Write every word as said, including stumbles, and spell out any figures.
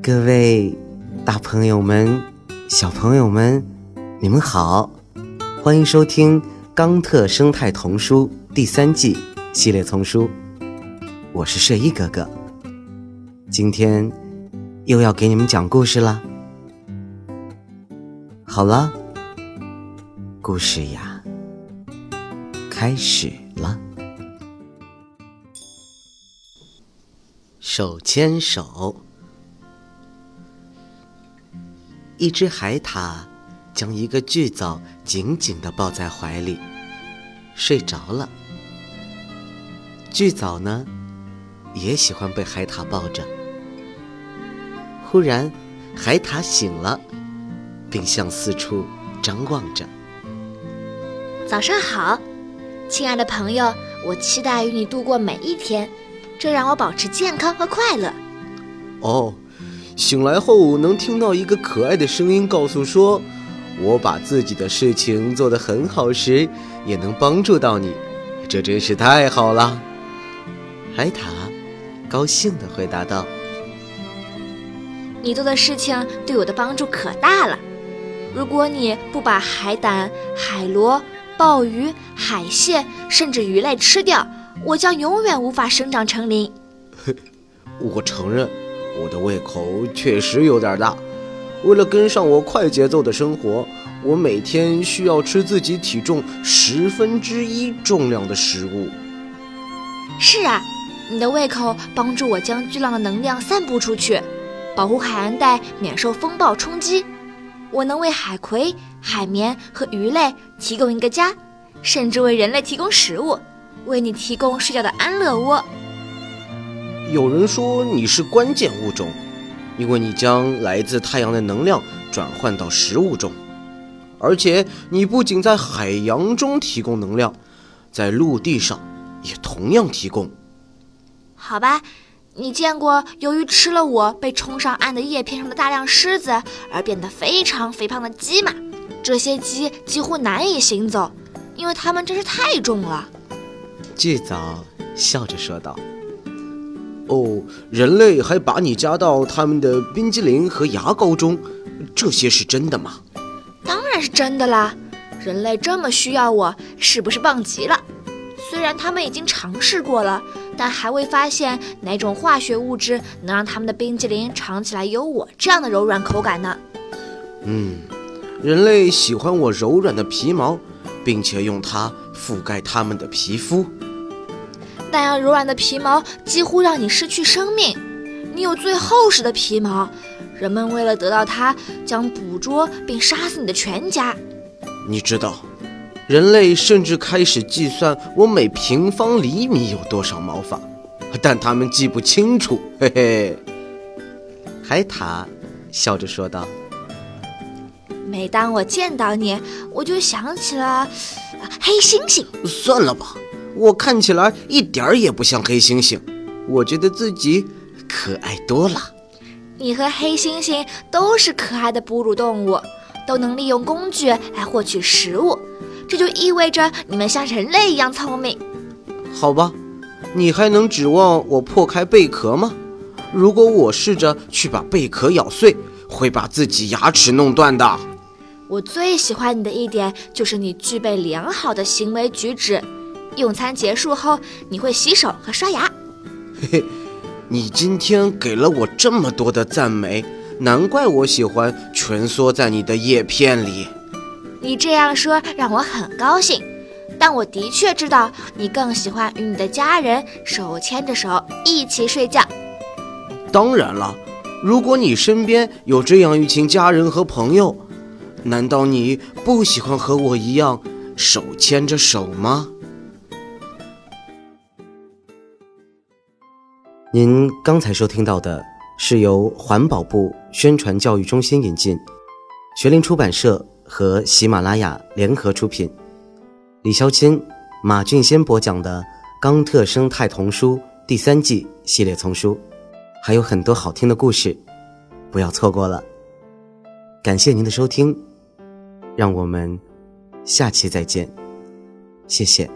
各位大朋友们、小朋友们，你们好，欢迎收听冈特生态童书第三季系列丛书，我是睡衣哥哥。今天又要给你们讲故事了。好了，故事呀，开始了。手牵手。一只海獭将一个巨藻紧紧地抱在怀里，睡着了。巨藻呢，也喜欢被海獭抱着。忽然，海獭醒了，并向四处张望着。 早上好，亲爱的朋友，我期待与你度过每一天，这让我保持健康和快乐。 哦，醒来后能听到一个可爱的声音告诉说，我把自己的事情做得很好时，也能帮助到你，这真是太好了。海獭高兴地回答道， 你做的事情对我的帮助可大了，如果你不把海胆、海螺、鲍鱼、海蟹甚至鱼类吃掉，我将永远无法生长成林。 我承认我的胃口确实有点大，为了跟上我快节奏的生活，我每天需要吃自己体重十分之一重量的食物。 是啊，你的胃口帮助我将巨浪的能量散布出去，保护海岸带免受风暴冲击。我能为海葵、海绵和鱼类提供一个家，甚至为人类提供食物，为你提供睡觉的安乐窝。 有人说你是关键物种，因为你将来自太阳的能量转换到食物中，而且你不仅在海洋中提供能量，在陆地上也同样提供。 好吧，你见过由于吃了我被冲上岸的叶片上的大量虱子而变得非常肥胖的鸡吗？这些鸡几乎难以行走，因为它们真是太重了。 巨藻笑着说道，哦，人类还把你加到他们的冰激凌和牙膏中，这些是真的吗？ 当然是真的啦，人类这么需要我，是不是棒极了？虽然他们已经尝试过了，但还未发现哪种化学物质能让他们的冰激凌尝起来有我这样的柔软口感呢？ 嗯，人类喜欢我柔软的皮毛，并且用它覆盖他们的皮肤。 那样柔软的皮毛几乎让你失去生命，你有最厚实的皮毛，人们为了得到它，将捕捉并杀死你的全家。 你知道，人类甚至开始计算我每平方厘米有多少毛发，但他们记不清楚，嘿嘿。海獭笑着说道， 每当我见到你，我就想起了黑猩猩。 算了吧，我看起来一点儿也不像黑猩猩，我觉得自己可爱多了。 你和黑猩猩都是可爱的哺乳动物，都能利用工具来获取食物，这就意味着你们像人类一样聪明。 好吧，你还能指望我破开贝壳吗？如果我试着去把贝壳咬碎，会把自己牙齿弄断的。 我最喜欢你的一点就是你具备良好的行为举止，用餐结束后你会洗手和刷牙。 嘿嘿，你今天给了我这么多的赞美，难怪我喜欢蜷缩在你的叶片里。 你这样说让我很高兴，但我的确知道你更喜欢与你的家人手牵着手一起睡觉。 当然了，如果你身边有这样一群家人和朋友，难道你不喜欢和我一样手牵着手吗？您刚才收听到的是由环保部宣传教育中心引进，学林出版社和喜马拉雅联合出品，李肖钦、马俊先播讲的冈特生态童书第三季系列丛书，还有很多好听的故事，不要错过了。感谢您的收听，让我们下期再见，谢谢。